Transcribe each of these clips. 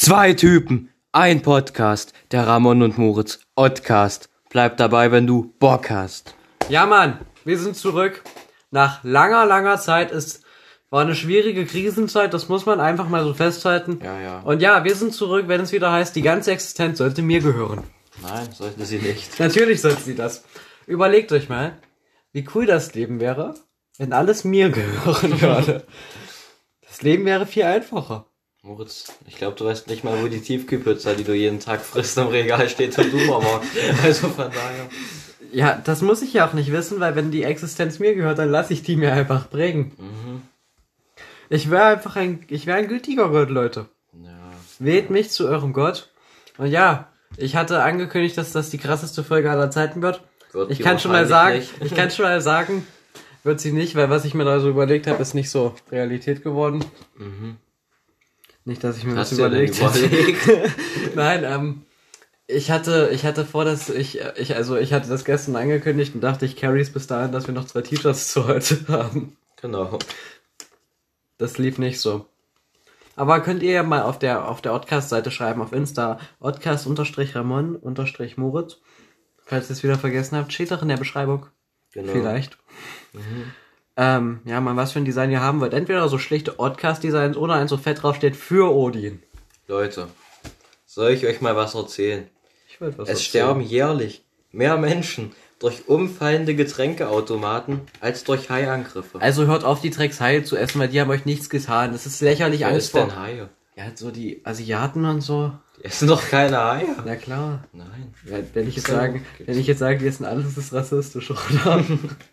Zwei Typen, ein Podcast, der Ramon und Moritz Oddcast. Bleib dabei, wenn du Bock hast. Ja, Mann, wir sind zurück. Nach langer Zeit. War eine schwierige Krisenzeit, das muss man einfach mal so festhalten. Ja. Und ja, wir sind zurück, wenn es wieder heißt, die ganze Existenz sollte mir gehören. Nein, sollte sie nicht. Natürlich sollte sie das. Überlegt euch mal, wie cool das Leben wäre, wenn alles mir gehören würde. Das Leben wäre viel einfacher. Moritz, ich glaube, du weißt nicht mal, wo die Tiefkühlpizza, die du jeden Tag frisst, im Regal steht im Supermarkt. Also von daher. Ja, das muss ich ja auch nicht wissen, weil wenn die Existenz mir gehört, dann lasse ich die mir einfach prägen. Ich wäre ein gütiger Gott, Leute. Ja. Wählt mich zu eurem Gott. Und ja, ich hatte angekündigt, dass das die krasseste Folge aller Zeiten wird. Gott, Ich kann schon mal sagen, wird sie nicht, weil was ich mir da so überlegt habe, ist nicht so Realität geworden. Nicht, dass ich mir Hast was du dir denn überlegt. Nein, ich hatte vor, dass ich hatte das gestern angekündigt und dachte, ich carry es bis dahin, dass wir noch 2 T-Shirts zu heute haben. Genau. Das lief nicht so. Aber könnt ihr ja mal auf der Oddcast-Seite schreiben, auf Insta, Oddcast_Ramon_Moritz. Falls ihr es wieder vergessen habt, steht doch in der Beschreibung. Genau. Vielleicht. Ja, man, was für ein Design ihr haben wollt. Entweder so schlichte Oddcast-Designs oder eins, so fett drauf steht für Odin. Leute, soll ich euch mal was erzählen? Ich wollte was Es erzählen. sterben jährlich mehr Menschen durch umfallende Getränkeautomaten als durch Haiangriffe. Also hört auf, die Drecks Haie zu essen, weil die haben euch nichts getan. Das ist lächerlich Wer Angst ist vor. denn Haie? Ja, so die Asiaten und so. Die essen doch keine Haie. Na klar. Nein. Ja, wenn ich jetzt So, sage, die essen alles, ist es rassistisch, oder?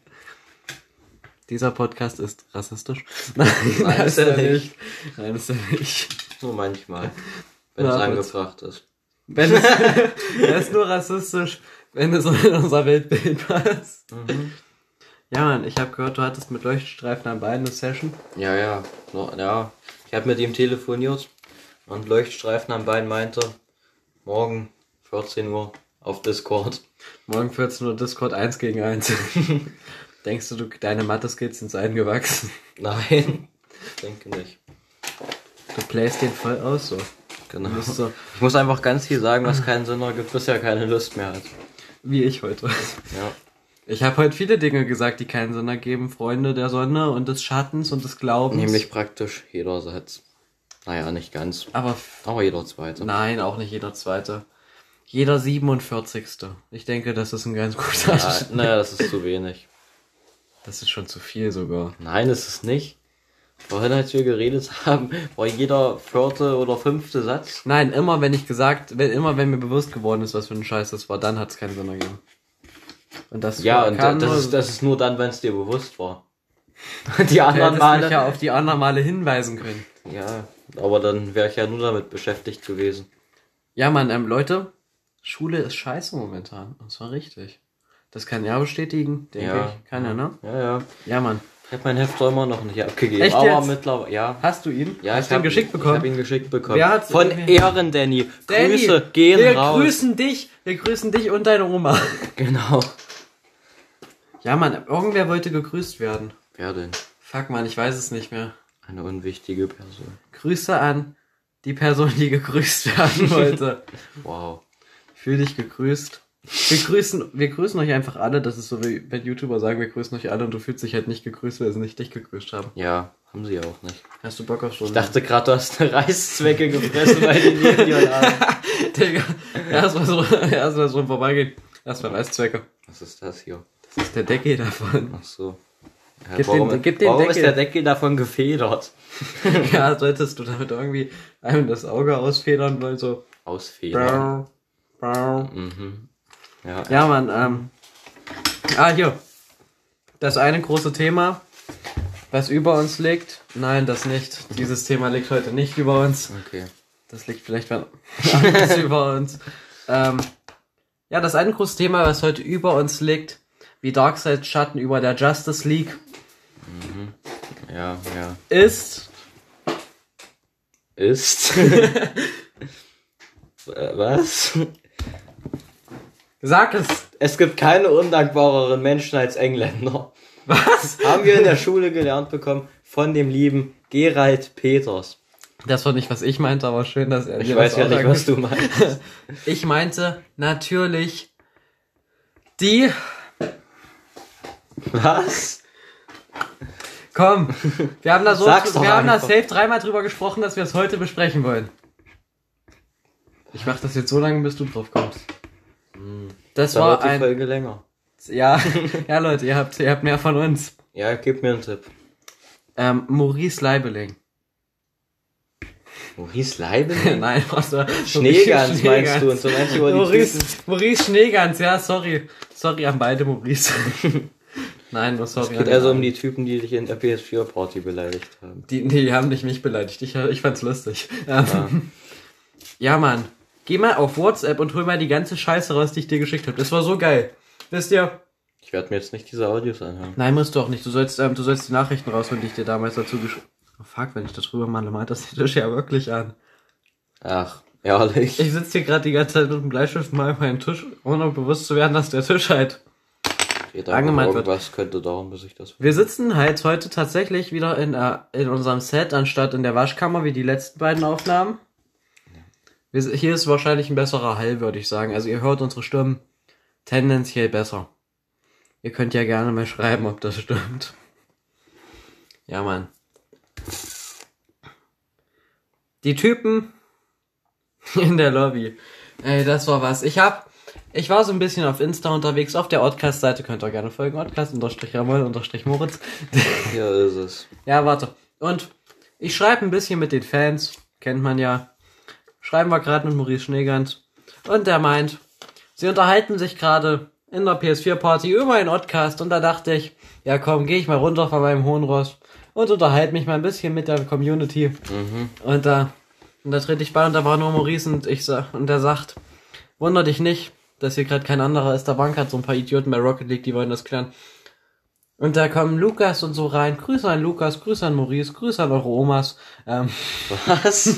Dieser Podcast ist rassistisch. Nein, ist er nicht. Nein, ist er nicht. Nur manchmal. Wenn Ja, es aber- angebracht ist. Wenn es, er ist nur rassistisch, wenn es in unser Weltbild passt. Ja, Mann, ich habe gehört, du hattest mit Leuchtstreifen am Bein eine Session. Ja. Ich habe mit ihm telefoniert und Leuchtstreifen am Bein meinte, morgen 14 Uhr auf Discord. Morgen 14 Uhr Discord 1 gegen 1. Denkst du, deine Mathe-Skills sind eingewachsen? Nein, ich denke nicht. Du playst den voll aus, so. Genau. Du bist so, Ich muss einfach ganz viel sagen, was keinen Sinn ergibt, bis er keine Lust mehr hat. wie ich heute. Ja. Ich habe heute viele Dinge gesagt, die keinen Sinn ergeben. Freunde der Sonne und des Schattens und des Glaubens. Nämlich praktisch jeder Satz. Naja, nicht ganz. Aber jeder zweite. nein, auch nicht jeder zweite. Jeder 47. Ich denke, das ist ein ganz guter Naja, das ist zu wenig. Das ist schon zu viel sogar. Nein, ist es nicht. Vorhin, als wir geredet haben, war jeder 4. oder 5. Satz. Nein, immer wenn mir bewusst geworden ist, was für ein Scheiß das war, dann hat es keinen Sinn ergeben. Und das Ja, und kam das ist nur dann, wenn es dir bewusst war. Die du anderen hättest Male. mich ja auf die anderen Male hinweisen können. Ja, aber dann wäre ich ja nur damit beschäftigt gewesen. Ja, Mann, Leute, Schule ist scheiße momentan. Und zwar richtig. Das kann er bestätigen, denke Ja. ich. Kann er, ne? Ja. Ja, Mann. Ich habe mein Heft immer noch nicht abgegeben. Echt aber jetzt? mittlerweile, ja. Hast du ihn? Ja, Hast du ihn geschickt bekommen? Ich habe ihn geschickt bekommen. Wer hat's- Von Ehren, Danny. Grüße gehen wir raus. Wir grüßen dich und deine Oma. Genau. Ja, Mann, irgendwer wollte gegrüßt werden. Wer denn? Fuck, Mann, ich weiß es nicht mehr. Eine unwichtige Person. Grüße an die Person, die gegrüßt werden wollte. Wow. Fühl dich gegrüßt. Wir grüßen euch einfach alle. Das ist so, wie wenn YouTuber sagen, wir grüßen euch alle und du fühlst dich halt nicht gegrüßt, weil sie nicht dich gegrüßt haben. Ja, haben sie auch nicht. Hast du Bock auf so Ich dachte gerade, du hast eine Reißzwecke gefressen, weil die neben dir lagen. Digga, erstmal so im Vorbeigehen. Erstmal Reißzwecke. Was ist das hier? Das ist der Deckel davon. Ach so. Ja, Gib warum den warum ist Deckel. der Deckel davon gefedert? Ja, solltest du damit irgendwie einem das Auge ausfedern, weil so. Ausfedern. Brau. Ja. Ja, Mann, hier. Das eine große Thema, was über uns liegt. Nein, das nicht. Dieses Thema liegt heute nicht über uns. Okay. Das liegt vielleicht wann anders über uns. Ja, das eine große Thema, was heute über uns liegt, wie Darkseids Schatten über der Justice League, Ja. ist... Ist. Was? Sag es! Es gibt keine undankbareren Menschen als Engländer. Was? Haben wir in der Schule gelernt bekommen von dem lieben Gerald Peters. Das war nicht, was ich meinte, aber schön, dass er... Ich weiß ja nicht, was du meinst. Ich meinte natürlich die... Was? Komm, wir haben da Sag's doch wir haben da einfach. safe 3-mal drüber gesprochen, dass wir es heute besprechen wollen. Ich mach das jetzt so lange, bis du drauf kommst. Das Da war wird die ein... Folge länger. Ja, ja Leute, ihr habt mehr von uns. Ja, gib mir einen Tipp. Maurice Leibeling. Maurice Leibeling? Nein, was war... Schneegans meinst du? Und so manche über die Typen. Maurice Schneegans, ja, sorry. Sorry an beide Maurice. Nein, nur sorry. Es geht also um die Typen, die dich in der PS4-Party beleidigt haben. Die haben nicht mich beleidigt. Ich fand's lustig. Ja. Ja, Mann. Geh mal auf WhatsApp und hol mal die ganze Scheiße raus, die ich dir geschickt habe. Das war so geil. Wisst ihr? Ich werde mir jetzt nicht diese Audios anhören. Nein, musst du auch nicht. Du sollst die Nachrichten rausholen, die ich dir damals dazu geschrieben habe. Oh fuck, wenn ich da drüber male, malt das Tisch ja wirklich an. Ach, ehrlich. Ich sitze hier gerade die ganze Zeit mit dem Bleistift mal auf meinen Tisch, ohne bewusst zu werden, dass der Tisch halt angemalt wird. Was könnte dauern, bis ich das... Wir sitzen halt heute tatsächlich wieder in unserem Set, anstatt in der Waschkammer, wie die letzten beiden Aufnahmen. Hier ist wahrscheinlich ein besserer Hall, würde ich sagen. Also ihr hört unsere Stimmen tendenziell besser. Ihr könnt ja gerne mal schreiben, ob das stimmt. Ja, Mann. Die Typen in der Lobby. Ey, das war was. Ich war so ein bisschen auf Insta unterwegs. Auf der Oddcast-Seite könnt ihr gerne folgen. Oddcast_Ramon_Moritz. Hier ist es. Ja, warte. Und ich schreibe ein bisschen mit den Fans. Kennt man ja. Schreiben wir gerade mit Maurice Schneegans. Und der meint, sie unterhalten sich gerade in der PS4-Party über einen Oddcast. Und da dachte ich, ja komm, gehe ich mal runter von meinem hohen Ross und unterhalte mich mal ein bisschen mit der Community. Und da trete ich bei und da war nur Maurice und der sagt, wunder dich nicht, dass hier gerade kein anderer ist. Der Bank hat so ein paar Idioten bei Rocket League, die wollen das klären. Und da kommen Lukas und so rein. Grüße an Lukas, Grüße an Maurice, Grüße an eure Omas. Was?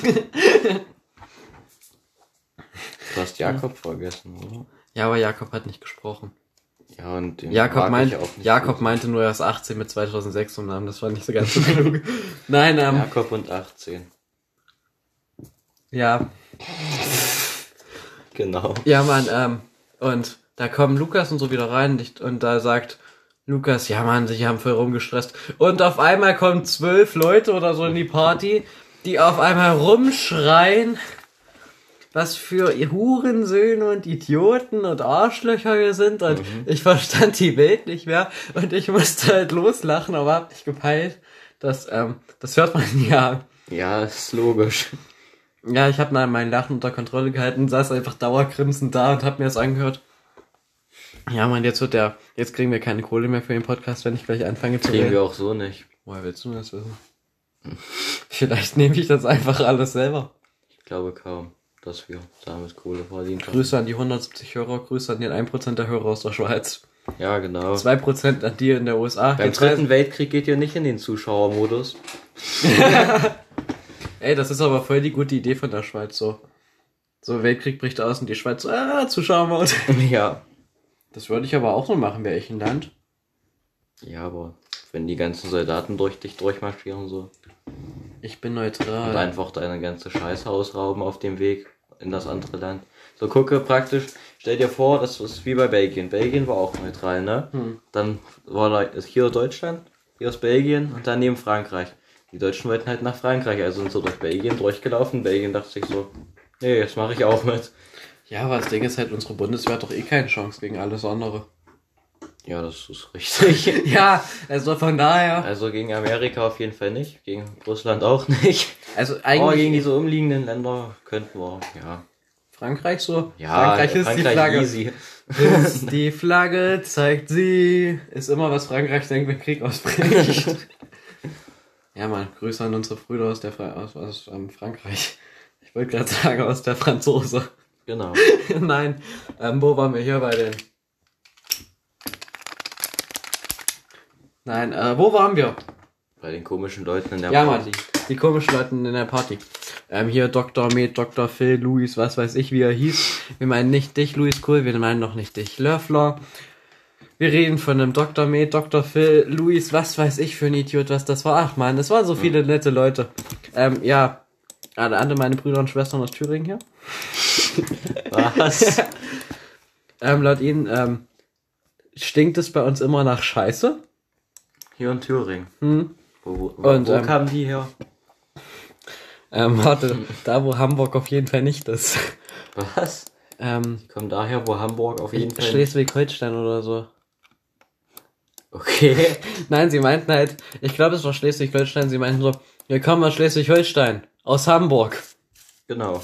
Du hast Jakob vergessen, oder? Ja, aber Jakob hat nicht gesprochen. Ja, und den Jakob mag ich auch nicht gut. meinte nur, er ist 18 mit 2006 im Namen. Das war nicht so ganz so genug. Nein, Jakob und 18. ja. Genau. Ja, Mann, und da kommen Lukas und so wieder rein und da sagt Lukas, ja Mann, sie haben voll rumgestresst. Und auf einmal kommen 12 Leute oder so in die Party, die auf einmal rumschreien, was für Hurensöhne und Idioten und Arschlöcher wir sind. Und ich verstand die Welt nicht mehr und ich musste halt loslachen, aber hab nicht gepeilt. Das hört man ja. Ja, ist logisch. Ja, ich habe mein Lachen unter Kontrolle gehalten, saß einfach dauergrinsend da und hab mir das angehört. Ja, Mann, jetzt kriegen wir keine Kohle mehr für den Podcast, wenn ich gleich anfange zu Kriegen reden. wir auch so nicht. Woher willst du das wissen? Vielleicht nehme ich das einfach alles selber. Ich glaube kaum, dass wir damit Kohle verdient haben. Grüße an die 170 Hörer, Grüße an den 1% der Hörer aus der Schweiz. Ja, genau. 2% an die in der USA. Beim Dritten Weltkrieg geht ihr nicht in den Zuschauermodus. Ey, das ist aber voll die gute Idee von der Schweiz, so. So, Weltkrieg bricht aus und die Schweiz so, Zuschauermode. Ja. Das würde ich aber auch so machen, wäre ich ein Land. Ja, aber wenn die ganzen Soldaten durch dich durchmarschieren so Ich bin und neutral. einfach deine ganze Scheiße ausrauben auf dem Weg in das andere Land. So gucke praktisch, stell dir vor, das ist wie bei Belgien. Belgien war auch neutral, ne? Dann war da ist hier Deutschland, hier ist Belgien und daneben Frankreich. Die Deutschen wollten halt nach Frankreich, also sind so durch Belgien durchgelaufen. Belgien dachte sich so, nee, jetzt mache ich auch mit. Ja, aber das Ding ist halt, unsere Bundeswehr hat doch eh keine Chance gegen alles andere. Ja, das ist richtig. Ja, also von daher. Also gegen Amerika auf jeden Fall nicht, gegen Russland auch nicht. Also Aber eigentlich gegen diese umliegenden Länder könnten wir, ja. Frankreich so? Ja, Frankreich ist die Flagge. easy. Ist die Flagge zeigt sie. Ist immer, was Frankreich denkt, wenn Krieg ausbricht. Ja, Mann, Grüße an unsere Brüder aus Frankreich. Ich wollte gerade sagen, aus der Franzose. Genau. Nein, wo waren wir hier bei den... Nein, wo waren wir? Bei den komischen Leuten in der Ja, Party. Mann, die komischen Leute in der Party. Hier Dr. Med, Dr. Phil, Luis, was weiß ich, wie er hieß. Wir meinen nicht dich, Luis Kohl, wir meinen noch nicht dich, Löffler. Wir reden von einem Dr. Med, Dr. Phil, Luis, was weiß ich für ein Idiot, was das war. Ach man, es waren so viele nette Leute. Ja, Alle meine Brüder und Schwestern aus Thüringen hier. Was? Laut ihnen stinkt es bei uns immer nach Scheiße. Hier in Thüringen. Wo kamen die her? Warte, da wo Hamburg auf jeden Fall nicht ist. Was? Die kommen daher, wo Hamburg auf jeden Fall... Schleswig-Holstein oder so. Okay. Nein, sie meinten halt, ich glaube es war Schleswig-Holstein, sie meinten so, wir kommen aus Schleswig-Holstein, aus Hamburg. Genau.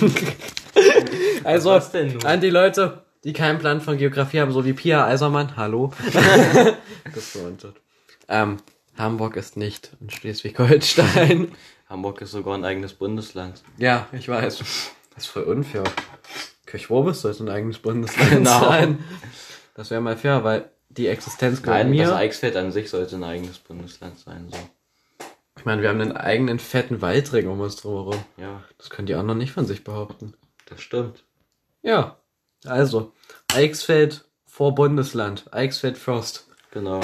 Also, Was denn nun? an die Leute, die keinen Plan von Geografie haben, so wie Pia Eisermann, hallo. Das verwundert. Hamburg ist nicht in Schleswig-Holstein. Hamburg ist sogar ein eigenes Bundesland. Ja, ich weiß. Das ist voll unfair. Kirchworbis sollte ein eigenes Bundesland sein. Das wäre mal fair, weil die Existenz gehört mir. Das Eichsfeld an sich sollte ein eigenes Bundesland sein. So. Ich meine, wir haben einen eigenen fetten Waldring um uns drumherum. Ja. Das können die anderen nicht von sich behaupten. Das stimmt. Ja, also, Eichsfeld vor Bundesland. Eichsfeld first. Genau.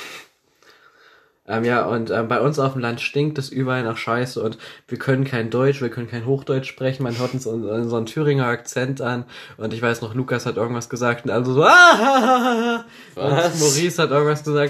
Ja, und bei uns auf dem Land stinkt es überall nach Scheiße und wir können kein Deutsch, wir können kein Hochdeutsch sprechen, man hört uns unseren Thüringer Akzent an und ich weiß noch, Lukas hat irgendwas gesagt und also so und Maurice hat irgendwas gesagt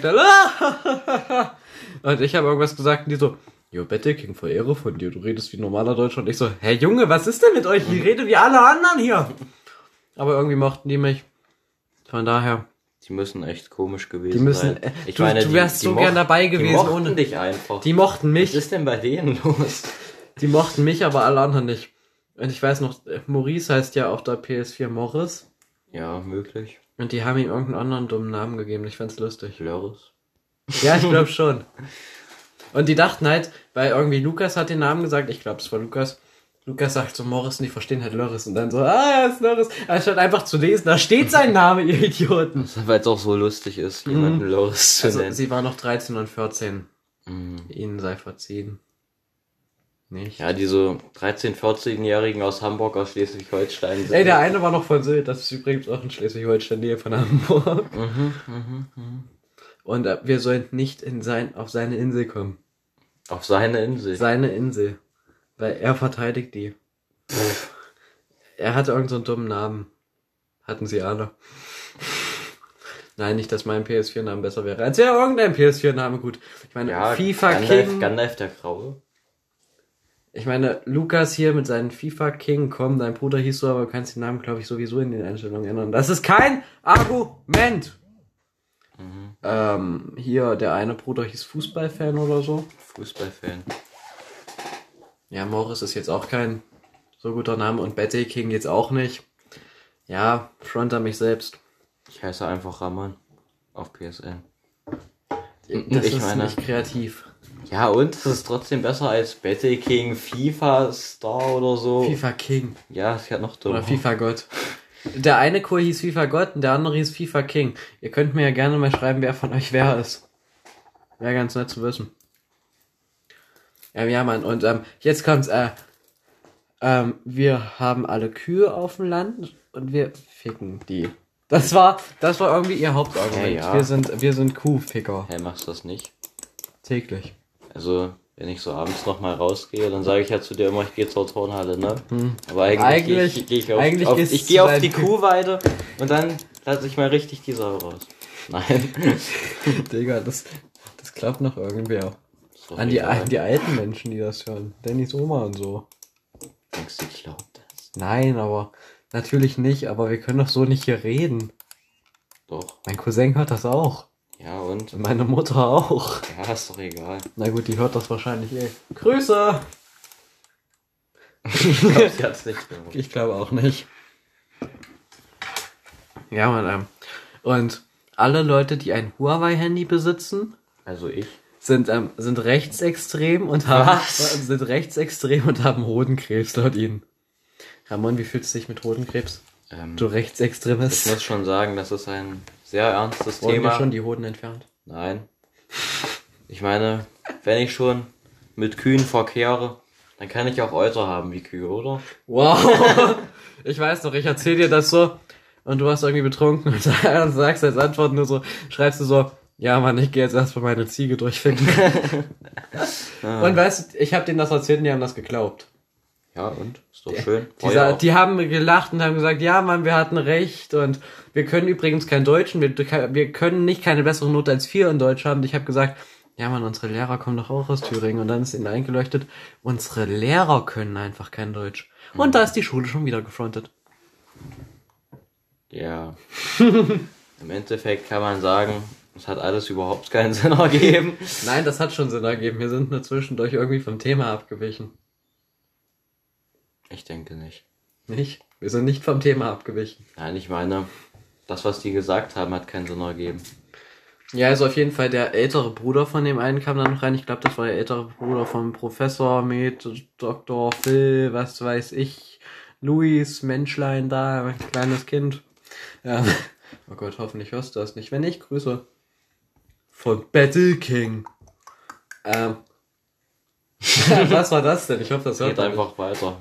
und ich habe irgendwas gesagt und die so, jo, Bette, King, Verehre von dir, du redest wie ein normaler Deutscher und ich so, hey Junge, was ist denn mit euch? Ich rede wie alle anderen hier. Aber irgendwie mochten die mich, von daher... Die müssen echt komisch gewesen sein. Du wärst so gern dabei gewesen. Die mochten dich einfach. Die mochten mich. Was ist denn bei denen los? Die mochten mich, aber alle anderen nicht. Und ich weiß noch, Maurice heißt ja auf der PS4 Morris. Ja, möglich. Und die haben ihm irgendeinen anderen dummen Namen gegeben. Ich fand's lustig. Lörres. Ja, ich glaube schon. Und die dachten halt, weil irgendwie Lukas hat den Namen gesagt, ich glaube es war Lukas. Lukas sagt so Morris und die verstehen halt Lörres und dann so, ja, ist Lörres. Anstatt einfach zu lesen, da steht sein Name, ihr Idioten. Weil es auch so lustig ist, jemanden Lörres zu nennen. Sie war noch 13 und 14. Ihnen sei verziehen. Nicht? Ja, diese 13-, 14-Jährigen aus Hamburg, aus Schleswig-Holstein. Ey, der eine war noch von Sylt, das ist übrigens auch in Schleswig-Holstein, Nähe von Hamburg. Und wir sollten nicht auf seine Insel kommen. Auf seine Insel? Seine Insel. Weil er verteidigt die. Er hatte irgend so einen dummen Namen. Hatten sie alle. Nein, nicht, dass mein PS4-Name besser wäre. Als wäre irgendein PS4-Name gut. Ich meine, ja, FIFA Gandalf, King. Gandalf der Graue. Ich meine, Lukas hier mit seinen FIFA King, komm, dein Bruder hieß so, aber du kannst den Namen, glaube ich, sowieso in den Einstellungen ändern. Das ist kein Argument! Hier, der eine Bruder hieß Fußballfan oder so. Fußballfan. Ja, Morris ist jetzt auch kein so guter Name und Betty King jetzt auch nicht. Ja, front an mich selbst. Ich heiße einfach Ramon auf PSN. Das ist nicht kreativ. Ja, und es ist trotzdem besser als Battle King, FIFA Star oder so. FIFA King. Ja, es hat noch dummer. Oder FIFA Gott. Der eine Chor hieß FIFA Gott und der andere hieß FIFA King. Ihr könnt mir ja gerne mal schreiben, wer von euch wer ist. Wäre ganz nett zu wissen. Ja, Mann, und jetzt kommt's, wir haben alle Kühe auf dem Land und wir ficken die. Das war irgendwie ihr Hauptargument. Ja. Wir sind Kuhficker. Hey, machst du das nicht? Täglich. Also, wenn ich so abends noch mal rausgehe, dann sage ich ja zu dir immer, ich gehe zur Turnhalle, ne? Aber eigentlich gehe ich gehe auf die Kuhweide und dann lasse ich mal richtig die Sau raus. Nein. Digga, das klappt noch irgendwer. An die alten Menschen, die das hören. Dannys Oma und so. Denkst du, ich glaub das? Nein, aber natürlich nicht, aber wir können doch so nicht hier reden. Doch. Mein Cousin hört das auch. Ja, und? Und meine Mutter auch. Ja, ist doch egal. Na gut, die hört das wahrscheinlich eh. Grüße! Ich glaube, sie hat's nicht gehört. Ich glaube auch nicht. Ja, Mann, und alle Leute, die ein Huawei-Handy besitzen, also ich, sind rechtsextrem und haben Hodenkrebs laut ihnen. Ramon, wie fühlst du dich mit Hodenkrebs? Du Rechtsextremist. Ich muss schon sagen, das ist ein sehr ernstes Wurden Thema. dir schon die Hoden entfernt? Nein. Ich meine, wenn ich schon mit Kühen verkehre, dann kann ich auch Euter haben wie Kühe, oder? Wow! Ich weiß noch, ich erzähl dir das so und du warst irgendwie betrunken und sagst als Antwort nur so, schreibst du so, ja Mann, ich gehe jetzt erstmal meine Ziege durchficken. Und weißt du, ich habe denen das erzählt und die haben das geglaubt. Ja, und? Ist doch schön. Die haben gelacht und haben gesagt, ja Mann, wir hatten recht und wir können übrigens kein Deutsch und wir können nicht keine bessere Note als 4 in Deutsch haben. Und ich habe gesagt, ja Mann, unsere Lehrer kommen doch auch aus Thüringen. Und dann ist ihnen eingeleuchtet, unsere Lehrer können einfach kein Deutsch. Und da ist die Schule schon wieder gefrontet. Ja. Im Endeffekt kann man sagen, es hat alles überhaupt keinen Sinn ergeben. Nein, das hat schon Sinn ergeben. Wir sind nur zwischendurch irgendwie vom Thema abgewichen. Ich denke nicht. Nicht? Wir sind nicht vom Thema abgewichen. Nein, ich meine, das, was die gesagt haben, hat keinen Sinn ergeben. Ja, also auf jeden Fall der ältere Bruder von dem einen kam dann noch rein. Ich glaube, das war der ältere Bruder vom Professor mit Dr. Phil, was weiß ich, Luis, Menschlein da, ein kleines Kind. Ja. Oh Gott, hoffentlich hörst du das nicht. Wenn nicht, Grüße. Von Battle King. Was war das denn? Ich hoffe, das hört man einfach weiter.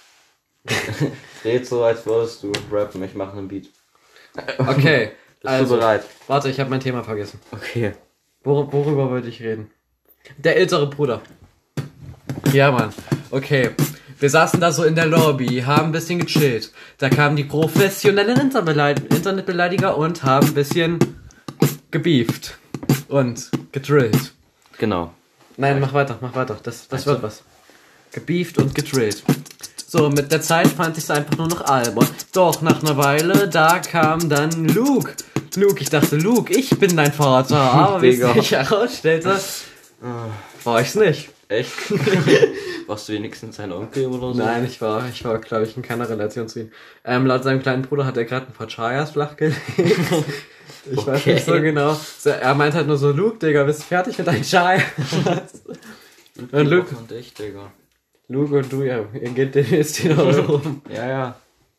Red so, als würdest du rappen. Ich mache einen Beat. Okay. Bist du bereit? Warte, ich habe mein Thema vergessen. Okay. Worüber wollte ich reden? Der ältere Bruder. Ja, Mann. Okay. Wir saßen da so in der Lobby, haben ein bisschen gechillt. Da kamen die professionellen Internetbeleidiger und haben ein bisschen gebeeft. Und gedrillt. Genau. Nein, mach weiter. Das wird was. Gebeeft und gedrillt. So, mit der Zeit fand ich es einfach nur noch albern. Doch, nach einer Weile, da kam dann Luke. Ich dachte, Luke, ich bin dein Vater. Aber wie es sich herausstellte, war ich's nicht. Echt? Warst du wenigstens sein Onkel oder so? Nein, ich war, glaube ich, in keiner Relation zu ihm. Laut seinem kleinen Bruder hat er gerade ein paar Chayas flachgelegt. Ich weiß nicht so genau. So, er meint halt nur so, Luke, Digga, bist du fertig mit deinen Chayas? Und Luke und ich, Digga. Luke und du, ja, ihr geht den jetzt wieder rum. Ja.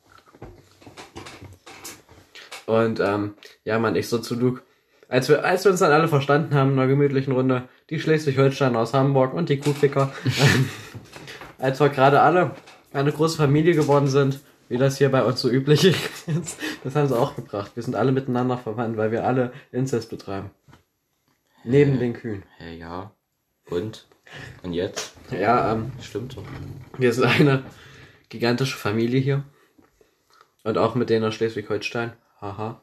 Und, ja, Mann, ich so zu Luke. Als wir uns dann alle verstanden haben in einer gemütlichen Runde, die Schleswig-Holsteiner aus Hamburg und die Kuhficker, als wir gerade alle eine große Familie geworden sind, wie das hier bei uns so üblich ist, das haben sie auch gebracht. Wir sind alle miteinander verwandt, weil wir alle Inzest betreiben. Neben den Kühen. Ja. Und jetzt? Ja, Stimmt doch. wir sind eine gigantische Familie hier. Und auch mit denen aus Schleswig-Holstein. Haha.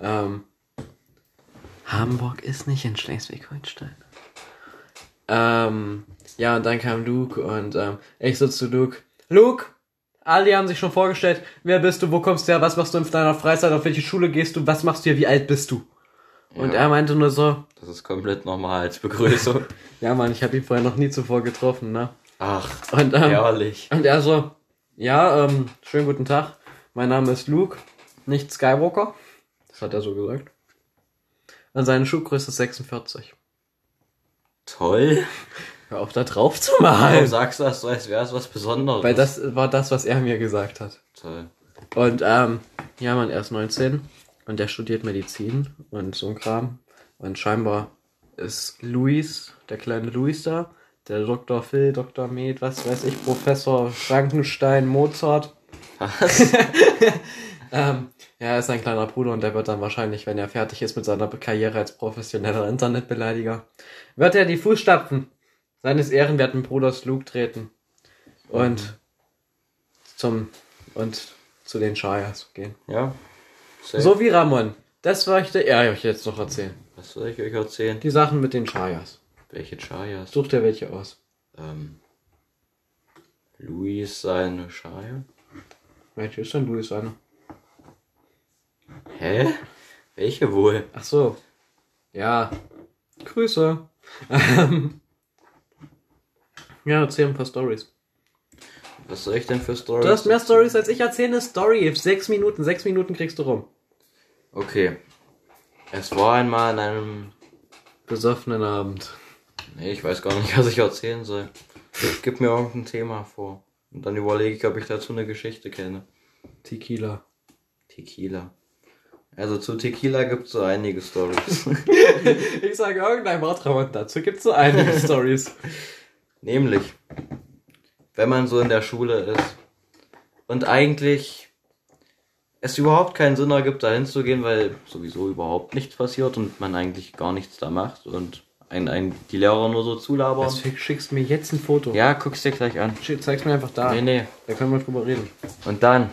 Hamburg ist nicht in Schleswig-Holstein. Ja, und dann kam Luke und ich so zu Luke. Luke, alle haben sich schon vorgestellt. Wer bist du? Wo kommst du her? Was machst du in deiner Freizeit? Auf welche Schule gehst du? Was machst du hier? Wie alt bist du? Ja, und er meinte nur so. Das ist komplett normal als Begrüßung. Ja, Mann, ich habe ihn vorher noch nie zuvor getroffen, ne? Ach, und, ehrlich. Und er so, ja, schönen guten Tag. Mein Name ist Luke, nicht Skywalker. Das hat er so gesagt. Und seine Schuhgröße ist 46. Toll. Hör auf, da drauf zu malen. Warum sagst du das so, als wäre es was Besonderes? Weil das war das, was er mir gesagt hat. Toll. Und, ja, Mann, er ist 19 und der studiert Medizin und so ein Kram. Und scheinbar ist Luis, der kleine Luis da, der Dr. Phil, Dr. Med, was weiß ich, Professor Frankenstein, Mozart. Was? Ja, er ist ein kleiner Bruder und der wird dann wahrscheinlich, wenn er fertig ist mit seiner Karriere als professioneller Internetbeleidiger, wird er die Fußstapfen seines ehrenwerten Bruders Luke treten und zu den Shires gehen. Ja. Safe. So wie Ramon. Das möchte er euch jetzt noch erzählen. Was soll ich euch erzählen? Die Sachen mit den Shires. Welche Shires? Sucht ihr welche aus? Luis seine Shire? Welche ist denn Luis seine? Hä? Welche wohl? Ach so. Ja. Grüße. Ja, erzähl ein paar Storys. Was soll ich denn für Storys? Du hast mehr Storys als ich. Erzähl eine Story. 6 Minuten kriegst du rum. Okay. Es war einmal an einem besoffenen Abend. Nee, ich weiß gar nicht, was ich erzählen soll. Gib mir irgendein Thema vor. Und dann überlege ich, ob ich dazu eine Geschichte kenne. Tequila. Also zu Tequila gibt es so einige Storys. Ich sage irgendein Wortraum und dazu gibt es so einige Storys. Nämlich, wenn man so in der Schule ist und eigentlich es überhaupt keinen Sinn ergibt, da hinzugehen, weil sowieso überhaupt nichts passiert und man eigentlich gar nichts da macht und die Lehrer nur so zulabern. Was schickst du mir jetzt ein Foto? Ja, guck's dir gleich an. Zeig's mir einfach da. Nee. Da können wir drüber reden. Und dann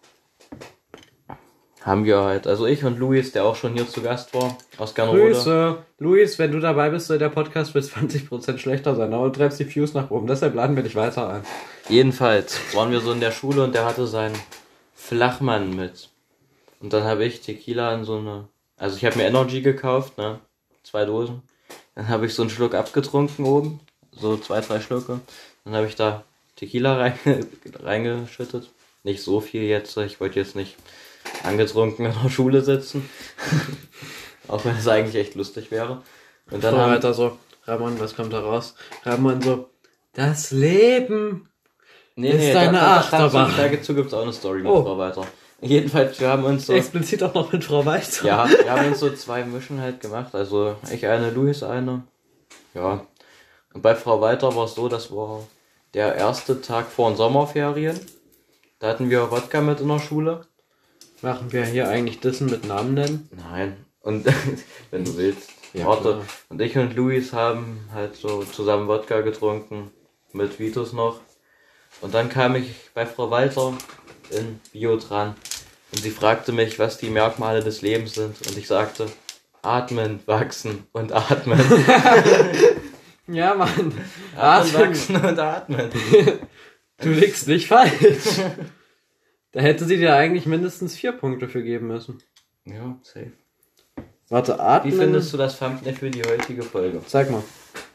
haben wir halt, also ich und Luis, der auch schon hier zu Gast war, aus Garnerode. Grüße. Luis, wenn du dabei bist, soll der Podcast wird 20% schlechter sein, aber du treibst die Views nach oben. Deshalb laden wir dich weiter an. Jedenfalls waren wir so in der Schule und der hatte seinen Flachmann mit. Und dann habe ich Tequila in so eine, also ich habe mir Energy gekauft, ne, 2 Dosen. Dann habe ich so einen Schluck abgetrunken oben, so 2, 3 Schlucke. Dann habe ich da Tequila reingeschüttet. Nicht so viel jetzt, ich wollte jetzt nicht angetrunken in der Schule sitzen. Auch wenn es eigentlich echt lustig wäre. Und dann weiter so, Ramon, was kommt da raus? Ramon so, das Leben ist deine Achterbahn. Dazu gibt es auch eine Story mit Frau Weiter. Jedenfalls, wir haben uns so... Explizit auch noch mit Frau Weiter. Ja, wir haben uns so 2 Mischen halt gemacht. Also ich eine, Luis eine. Ja. Und bei Frau Weiter war es so, das war der erste Tag vor den Sommerferien. Da hatten wir Wodka mit in der Schule. Machen wir hier eigentlich Dissen mit Namen nennen? Nein. Und wenn du willst. Ja, Warte. klar. Und ich und Luis haben halt so zusammen Wodka getrunken. Mit Vitus noch. Und dann kam ich bei Frau Walter in Bio dran. Und sie fragte mich, was die Merkmale des Lebens sind. Und ich sagte, atmen, wachsen und atmen. Ja, Mann. Atmen, wachsen und atmen. Du liegst nicht falsch. Da hätte sie dir eigentlich mindestens 4 Punkte für geben müssen. Ja, safe. Warte, atmen. Wie findest du das Thumbnail für die heutige Folge? Sag mal.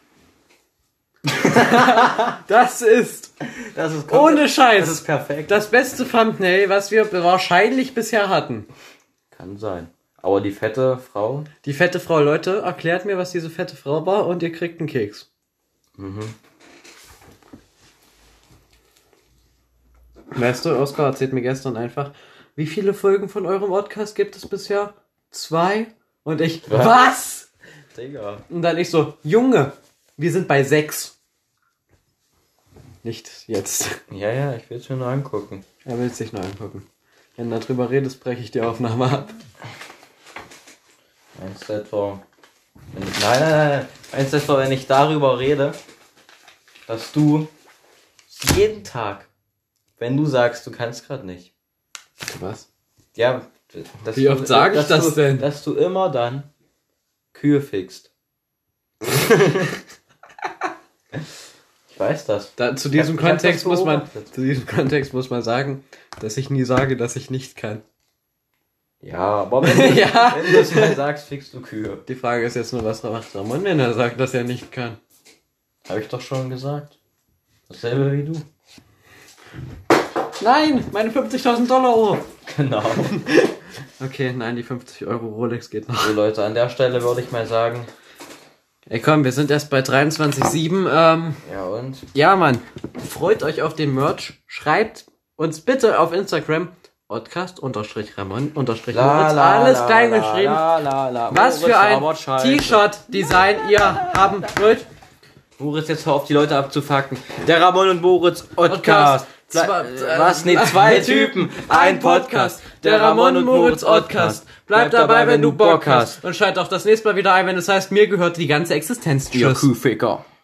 Das ist ohne Scheiß. Das ist perfekt. Das beste Thumbnail, was wir wahrscheinlich bisher hatten. Kann sein. Aber die fette Frau? Die fette Frau, Leute, erklärt mir, was diese fette Frau war und ihr kriegt einen Keks. Mhm. Weißt du, Oskar erzählt mir gestern einfach, wie viele Folgen von eurem Podcast gibt es bisher? 2? Und ich, was? Digga. Und dann ich so, Junge, wir sind bei 6. Nicht jetzt. Ja, ich will es mir nur angucken. Er will es sich nur angucken. Wenn du darüber redest, breche ich die Aufnahme ab. Meinst du etwa... Nein. Meinst du etwa, wenn ich darüber rede, dass du jeden Tag, wenn du sagst, du kannst gerade nicht. Was? Ja, wie oft sage ich das denn? Dass du immer dann Kühe fickst. Ich weiß das. Zu diesem Kontext muss man sagen, dass ich nie sage, dass ich nicht kann. Ja, aber wenn du es mal sagst, fickst du Kühe. Die Frage ist jetzt nur, was macht Ramon, wenn er sagt, dass er nicht kann? Habe ich doch schon gesagt. Dasselbe wie du. Nein, meine $50.000 Uhr. Genau. Okay, nein, die 50 Euro Rolex geht noch. So Leute, an der Stelle würde ich mal sagen... Ey komm, wir sind erst bei 23,7. Ja und? Ja, Mann. Freut euch auf den Merch. Schreibt uns bitte auf Instagram Podcast_Ramon_Moritz. Alles klein geschrieben. Was für ein T-Shirt-Design ihr haben wollt. Moritz, jetzt hör auf, die Leute abzufacken. Der Ramon und Moritz Podcast. Was? Nee, 2 Typen, ein Podcast. Der Ramon und Moritz Podcast. Bleib dabei, wenn du Bock hast. Und schalt auch das nächste Mal wieder ein, wenn es heißt, mir gehört die ganze Existenz. Ihr Kuhficker.